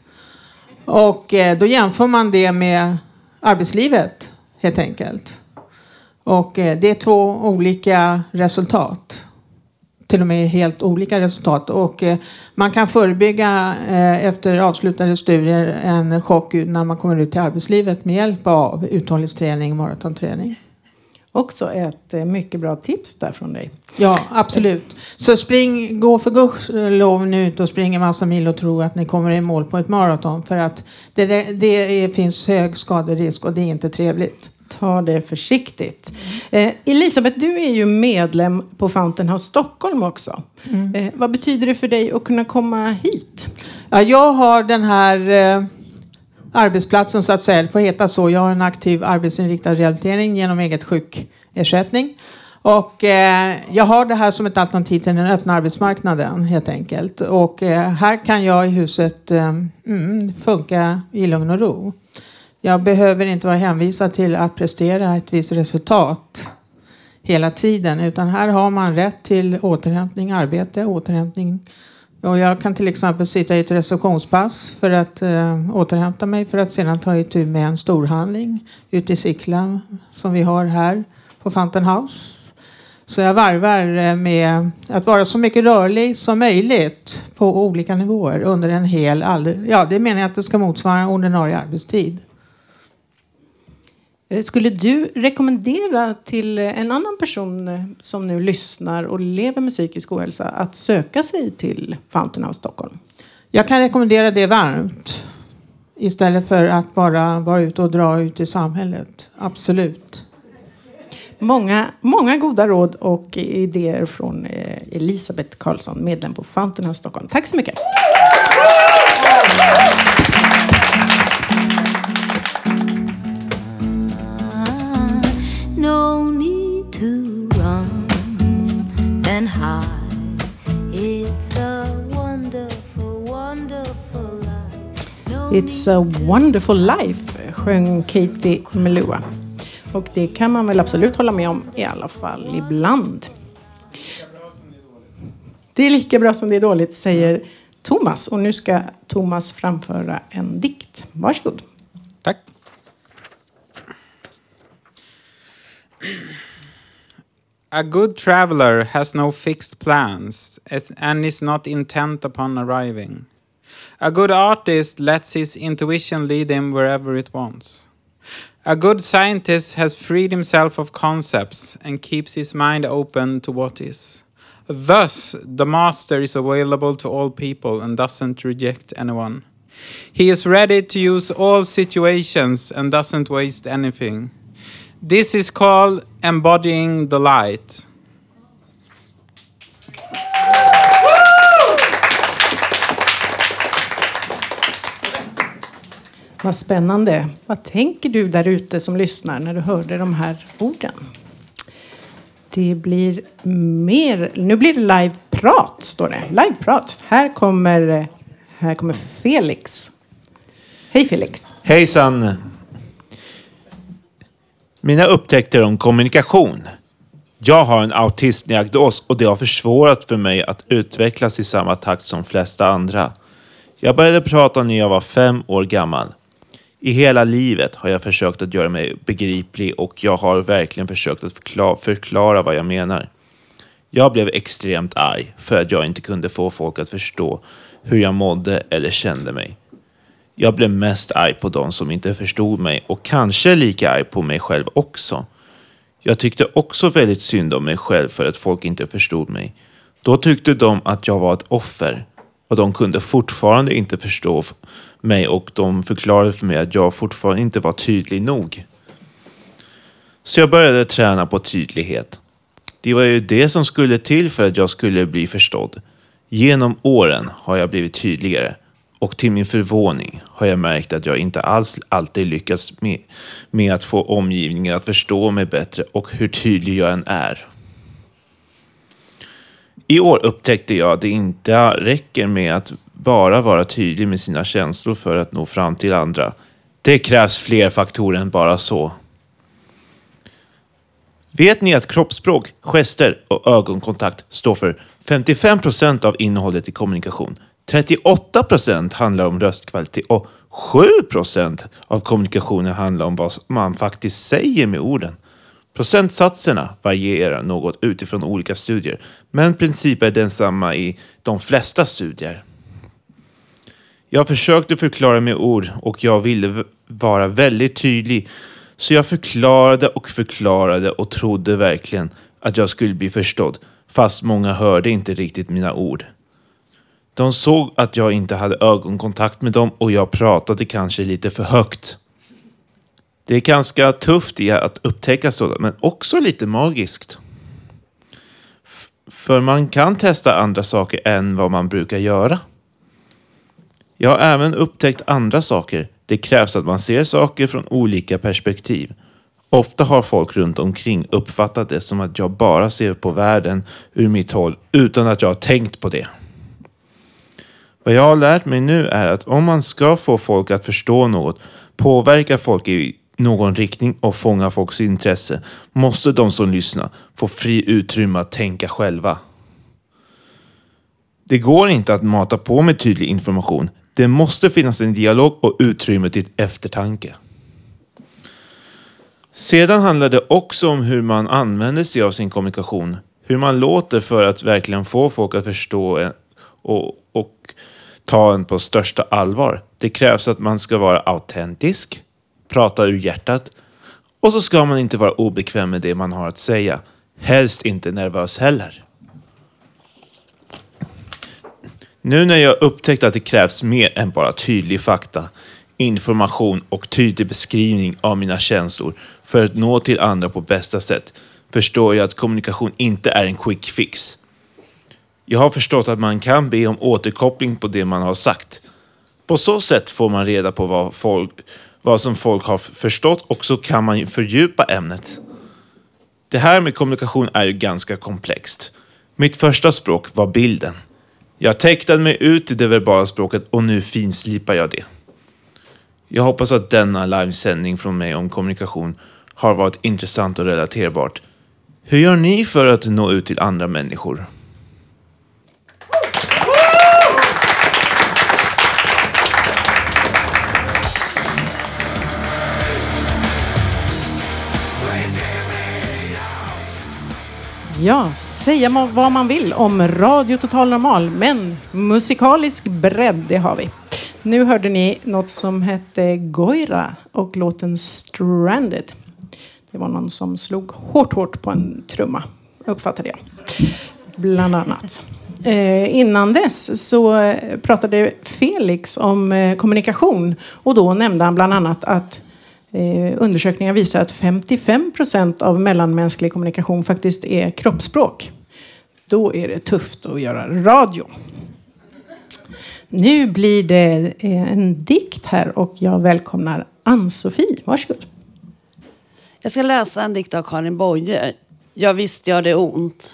Och då jämför man det med arbetslivet helt enkelt. Och det är 2 olika resultat. Till och med helt olika resultat. Och man kan förebygga efter avslutade studier en chock när man kommer ut till arbetslivet med hjälp av uthållighetsträning och maratonträning.
Också ett mycket bra tips där från dig.
Ja, absolut. Så gå för gudskelov nu ut och spring en massa mil och tro att ni kommer i mål på ett maraton. För att det finns hög skaderisk och det är inte trevligt.
Ta det försiktigt. Elisabeth, du är ju medlem på Fountain House Stockholm också. Vad betyder det för dig att kunna komma hit?
Ja, jag har den här arbetsplatsen så att säga. Det får heta så. Jag har en aktiv arbetsinriktad rehabilitering genom eget sjukersättning. Och jag har det här som ett alternativ till den öppna arbetsmarknaden helt enkelt. Och här kan jag i huset funka i lugn och ro. Jag behöver inte vara hänvisad till att prestera ett visst resultat hela tiden. Utan här har man rätt till återhämtning, arbete, återhämtning. Och jag kan till exempel sitta i ett receptionspass för att återhämta mig. För att sedan ta itu med en storhandling ute i Sickla som vi har här på Fountain House. Så jag varvar med att vara så mycket rörlig som möjligt på olika nivåer under en hel... det menar jag att det ska motsvara ordinarie arbetstid.
Skulle du rekommendera till en annan person som nu lyssnar och lever med psykisk ohälsa att söka sig till Fountain House Stockholm?
Jag kan rekommendera det varmt. Istället för att bara vara ute och dra ut i samhället. Absolut.
Många goda råd och idéer från Elisabeth Karlsson, medlem på Fountain House Stockholm. Tack så mycket.
No need to run and hide. It's a wonderful, wonderful life.
It's a wonderful life, sjöng Katie Melua. Och det kan man väl absolut hålla med om, i alla fall ibland. Det är lika bra som det är dåligt, säger Thomas. Och nu ska Thomas framföra en dikt. Varsågod.
Tack. A good traveler has no fixed plans and is not intent upon arriving. A good artist lets his intuition lead him wherever it wants. A good scientist has freed himself of concepts and keeps his mind open to what is. Thus, the master is available to all people and doesn't reject anyone. He is ready to use all situations and doesn't waste anything. This is called embodying the light.
Vad spännande. Vad tänker du där ute som lyssnar när du hörde de här orden? Det blir mer... Nu blir det liveprat, står det. Liveprat. Här kommer Felix. Hej Felix.
Hejsan. Mina upptäckter om kommunikation. Jag har en autismdiagnos och det har försvårat för mig att utvecklas i samma takt som flesta andra. Jag började prata när jag var 5 år gammal. I hela livet har jag försökt att göra mig begriplig och jag har verkligen försökt att förklara vad jag menar. Jag blev extremt arg för att jag inte kunde få folk att förstå hur jag mådde eller kände mig. Jag blev mest arg på de som inte förstod mig och kanske lika arg på mig själv också. Jag tyckte också väldigt synd om mig själv för att folk inte förstod mig. Då tyckte de att jag var ett offer. Och de kunde fortfarande inte förstå mig och de förklarade för mig att jag fortfarande inte var tydlig nog. Så jag började träna på tydlighet. Det var ju det som skulle till för att jag skulle bli förstådd. Genom åren har jag blivit tydligare. Och till min förvåning har jag märkt att jag inte alls alltid lyckats med att få omgivningen att förstå mig bättre och hur tydlig jag än är. I år upptäckte jag att det inte räcker med att bara vara tydlig med sina känslor för att nå fram till andra. Det krävs fler faktorer än bara så. Vet ni att kroppsspråk, gester och ögonkontakt står för 55% av innehållet i kommunikation? 38% handlar om röstkvalitet och 7% av kommunikationen handlar om vad man faktiskt säger med orden. Procentsatserna varierar något utifrån olika studier, men principen är densamma i de flesta studier. Jag försökte förklara med ord och jag ville vara väldigt tydlig, så jag förklarade och trodde verkligen att jag skulle bli förstådd, fast många hörde inte riktigt mina ord. De såg att jag inte hade ögonkontakt med dem och jag pratade kanske lite för högt. Det är ganska tufft att upptäcka sådant, men också lite magiskt. För man kan testa andra saker än vad man brukar göra. Jag har även upptäckt andra saker. Det krävs att man ser saker från olika perspektiv. Ofta har folk runt omkring uppfattat det som att jag bara ser på världen ur mitt håll utan att jag har tänkt på det. Vad jag har lärt mig nu är att om man ska få folk att förstå något, påverka folk i någon riktning och fånga folks intresse, måste de som lyssnar få fri utrymme att tänka själva. Det går inte att mata på med tydlig information. Det måste finnas en dialog och utrymme till eftertanke. Sedan handlar det också om hur man använder sig av sin kommunikation. Hur man låter för att verkligen få folk att förstå och ta en på största allvar. Det krävs att man ska vara autentisk, prata ur hjärtat och så ska man inte vara obekväm med det man har att säga. Helst inte nervös heller. Nu när jag upptäckt att det krävs mer än bara tydlig fakta, information och tydlig beskrivning av mina känslor för att nå till andra på bästa sätt, förstår jag att kommunikation inte är en quick fix. Jag har förstått att man kan be om återkoppling på det man har sagt. På så sätt får man reda på vad som folk har förstått och så kan man fördjupa ämnet. Det här med kommunikation är ju ganska komplext. Mitt första språk var bilden. Jag tecknade mig ut i det verbala språket och nu finslipar jag det. Jag hoppas att denna livesändning från mig om kommunikation har varit intressant och relaterbart. Hur gör ni för att nå ut till andra människor?
Ja, säga vad man vill om Radio Total Normal, men musikalisk bredd, det har vi. Nu hörde ni något som hette Goira och låten Stranded. Det var någon som slog hårt på en trumma, uppfattade jag. Bland annat. Innan dess så pratade Felix om kommunikation och då nämnde han bland annat att undersökningar visar att 55% av mellanmänsklig kommunikation faktiskt är kroppsspråk. Då är det tufft att göra radio. Nu blir det en dikt här och jag välkomnar Ann-Sofie. Varsågod.
Jag ska läsa en dikt av Karin Boye. Jag visste jag det ont.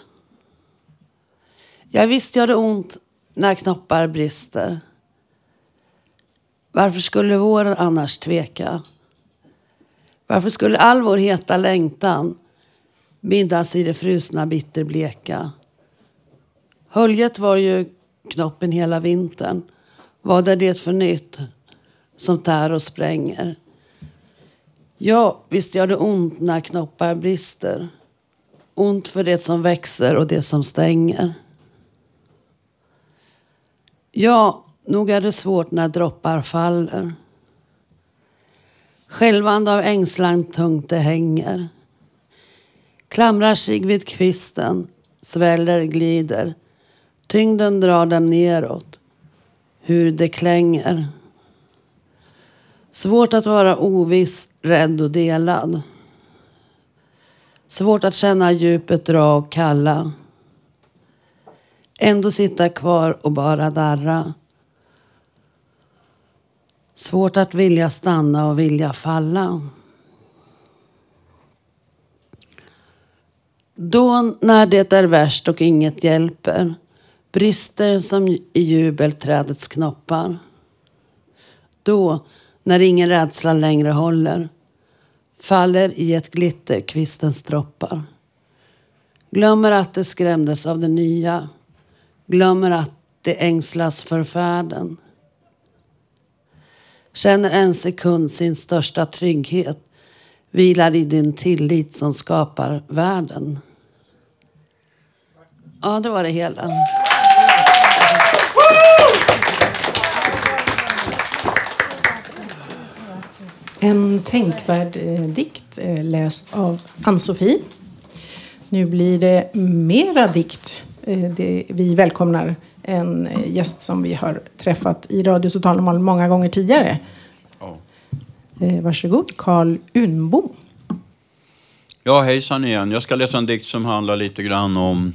Jag visste jag det ont när knoppar brister. Varför skulle våren annars tveka? Varför skulle all vår heta längtan bindas i det frusna bitterbleka? Höljet var ju knoppen hela vintern. Vad är det för nytt som tär och spränger? Ja, visst gör det ont när knoppar brister. Ont för det som växer och det som stänger. Ja, nog är det svårt när droppar faller. Skälvande av ängslan tungt det hänger. Klamrar sig vid kvisten, sväller, glider. Tyngden drar dem neråt. Hur det klänger. Svårt att vara oviss, rädd och delad. Svårt att känna djupet dra och kalla. Ändå sitta kvar och bara darra. Svårt att vilja stanna och vilja falla. Då när det är värst och inget hjälper, brister som i jubelträdets knoppar. Då när ingen rädsla längre håller, faller i ett glitter kvistens droppar. Glömmer att det skrämdes av det nya. Glömmer att det ängslas för färden. Känner en sekund sin största trygghet. Vilar i din tillit som skapar världen. Ja, det var det hela.
En tänkvärd dikt läst av Ann-Sofie. Nu blir det mera dikt. Vi välkomnar en gäst som vi har träffat i Radio Total Normal många gånger tidigare.
Ja.
Varsågod, Carl Unbom.
Ja, hejsan igen. Jag ska läsa en dikt som handlar lite grann om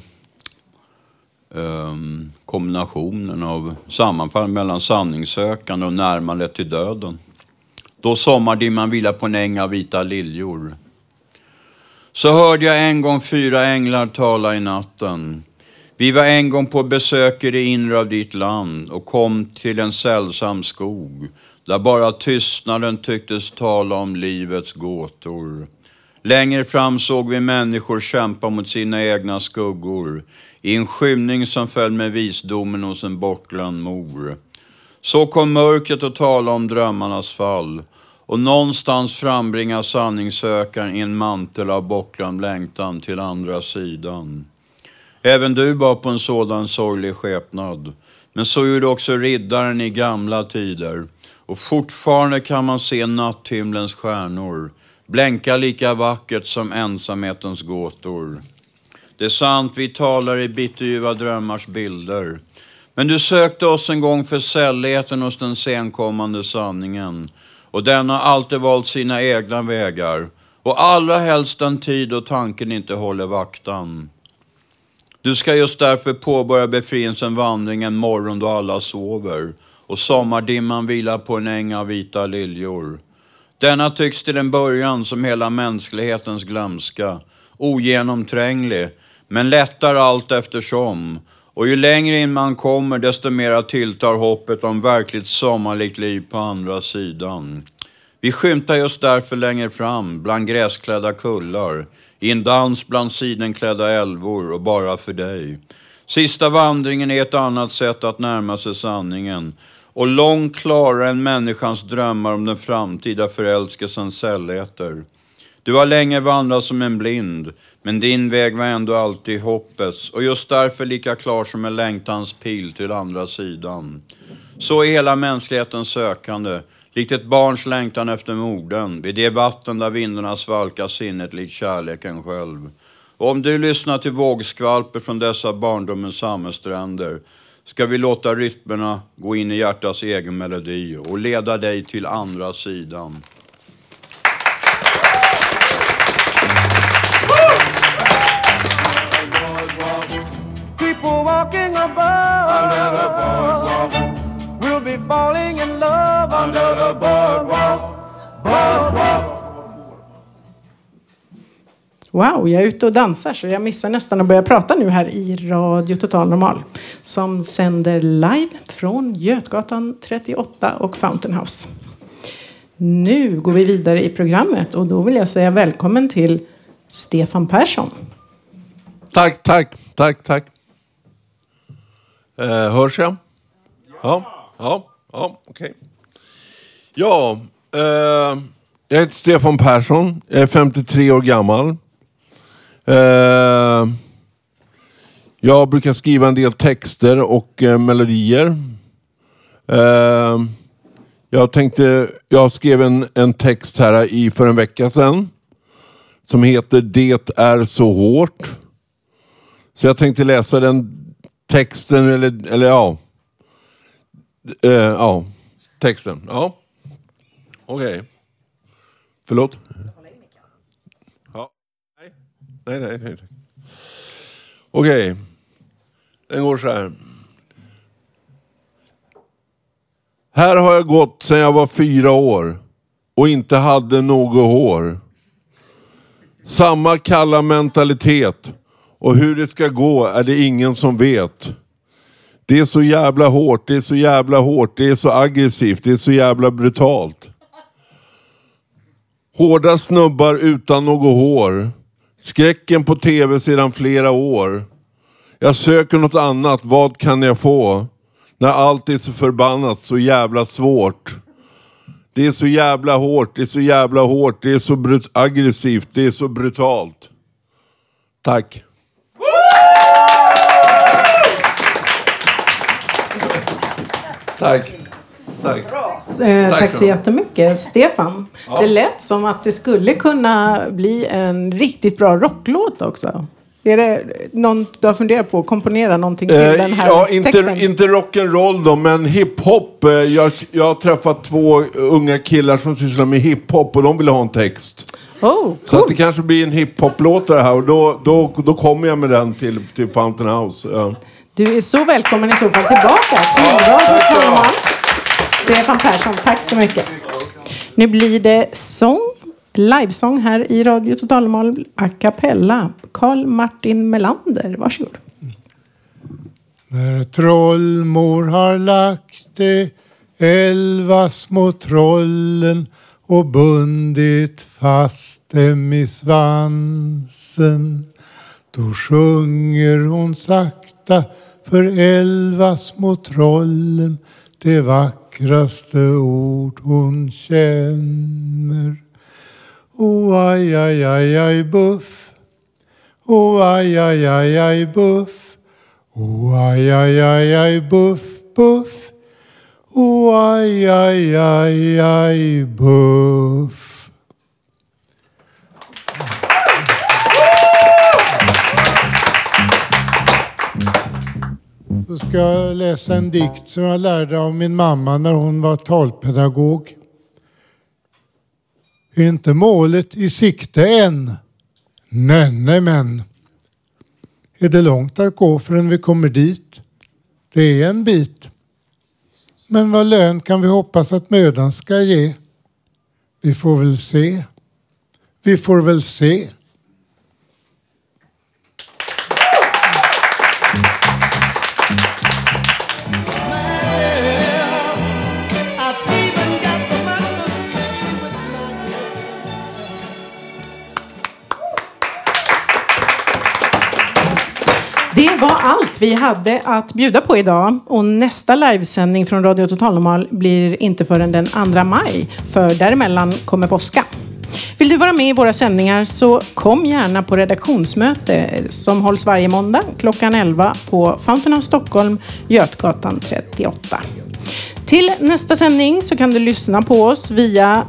kombinationen av sammanfall mellan sanningssökande och närmandet till döden. Då sommardimman vilar på en äng av vita liljor. Så hörde jag en gång 4 änglar tala i natten. Vi var en gång på besök i det inre av ditt land och kom till en sällsam skog där bara tystnaden tycktes tala om livets gåtor. Längre fram såg vi människor kämpa mot sina egna skuggor i en skymning som föll med visdomen hos en bortglömd mor. Så kom mörkret att tala om drömmarnas fall och någonstans frambringa sanningssökaren i en mantel av bortglömd längtan till andra sidan. Även du var på en sådan sorglig skepnad. Men så gjorde också riddaren i gamla tider. Och fortfarande kan man se natthimlens stjärnor. Blänka lika vackert som ensamhetens gåtor. Det är sant, vi talar i bitterljuva drömmars bilder. Men du sökte oss en gång för sällheten hos den senkommande sanningen. Och den har alltid valt sina egna vägar. Och allra helst en tid då tanken inte håller vaktan. Du ska just därför påbörja befrielsen vandring en morgon då alla sover. Och sommardimman vilar på en äng av vita liljor. Denna tycks till en början som hela mänsklighetens glömska. Ogenomtränglig, men lättar allt eftersom. Och ju längre in man kommer desto mera tilltar hoppet om verkligt sommarligt liv på andra sidan. Vi skymtar just därför längre fram bland gräsklädda kullar. I en dans bland sidenklädda älvor och bara för dig. Sista vandringen är ett annat sätt att närma sig sanningen. Och långt klarare än människans drömmar om den framtida förälskelsens cälläter. Du har länge vandrat som en blind. Men din väg var ändå alltid hoppets. Och just därför lika klar som en längtans pil till andra sidan. Så är hela mänsklighetens sökande. Likt ett barns längtan efter morden. Vid det vatten där vindarna svalkar sinnet likt kärleken själv. Och om du lyssnar till vågskvalper från dessa barndomens samhällsstränder. Ska vi låta rytmerna gå in i hjärtats egen melodi. Och leda dig till andra sidan.
People walking above under the boardwalk. We'll be falling in love under the boardwalk. Boardwalk.
Wow, jag är ute och dansar så jag missar nästan att börja prata nu här i Radio Total Normal. Som sänder live från Götgatan 38 och Fountain House. Nu går vi vidare i programmet och då vill jag säga välkommen till Stefan Persson.
Tack. Hörs jag? Ja, okej. Ja, jag heter Stefan Persson. Jag är 53 år gammal. Jag brukar skriva en del texter och melodier. Jag skrev en text här för en vecka sedan. Som heter Det är så hårt. Så jag tänkte läsa den texten eller texten. Ja. Okej. Förlåt. Ja. Nej. Okej. Den går så här. Här har jag gått sedan jag var 4 år och inte hade något hår. Samma kalla mentalitet. Och hur det ska gå är det ingen som vet. Det är så jävla hårt, det är så aggressivt, det är så jävla brutalt. Hårda snubbar utan något hår. Skräcken på tv sedan flera år. Jag söker något annat, vad kan jag få? När allt är så förbannat, så jävla svårt. Det är så jävla hårt, det är så aggressivt, det är så brutalt. Tack. Tack.
Tack så jättemycket, Stefan. Ja. Det lät som att det skulle kunna bli en riktigt bra rocklåt också. Är det någon du har funderat på att komponera någonting till den här texten?
Inte rock'n'roll då, men hiphop. Jag har träffat 2 unga killar som sysslar med hiphop och de vill ha en text.
Cool.
Så att det kanske blir en hiphop-låt här och då kommer jag med den till Fountain House. Ja.
Du är så välkommen i så fall tillbaka till Radio Normal. Stefan Persson, tack så mycket. Nu blir det livesång här i Radio Total Normal a cappella. Carl Martin Melander, varsågod.
När trollmor har lagt de 11 små trollen och bundit fast dem i svansen, då sjunger hon sakta för 11 små trollen det vackraste ord hon känner. Oh aj aj aj aj buff, oh aj aj aj aj buff, oh aj aj aj aj buff buff, oh aj aj aj aj buff. Så ska jag läsa en dikt som jag lärde av min mamma när hon var talpedagog. Är inte målet i sikte än? Nej men. Är det långt att gå förrän vi kommer dit? Det är en bit. Men vad lön kan vi hoppas att mödan ska ge? Vi får väl se. Vi får väl se.
Det var allt vi hade att bjuda på idag, och nästa livesändning från Radio Total Normal blir inte förrän den 2 maj, för däremellan kommer påska. Vill du vara med i våra sändningar så kom gärna på redaktionsmöte som hålls varje måndag klockan 11 på Fountain House Stockholm, Götgatan 38. Till nästa sändning så kan du lyssna på oss via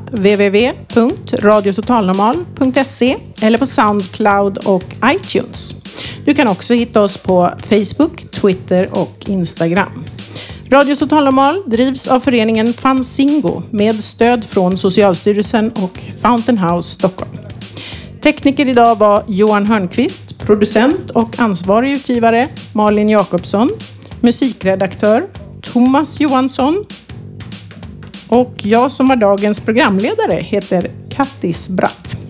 www.radiototalnormal.se eller på Soundcloud och iTunes. Du kan också hitta oss på Facebook, Twitter och Instagram. Radio Total Normal drivs av föreningen Fanzingo med stöd från Socialstyrelsen och Fountain House Stockholm. Tekniker idag var Johan Hörnqvist, producent och ansvarig utgivare Malin Jakobsson, musikredaktör Thomas Johansson, och jag som var dagens programledare heter Kattis Bratt.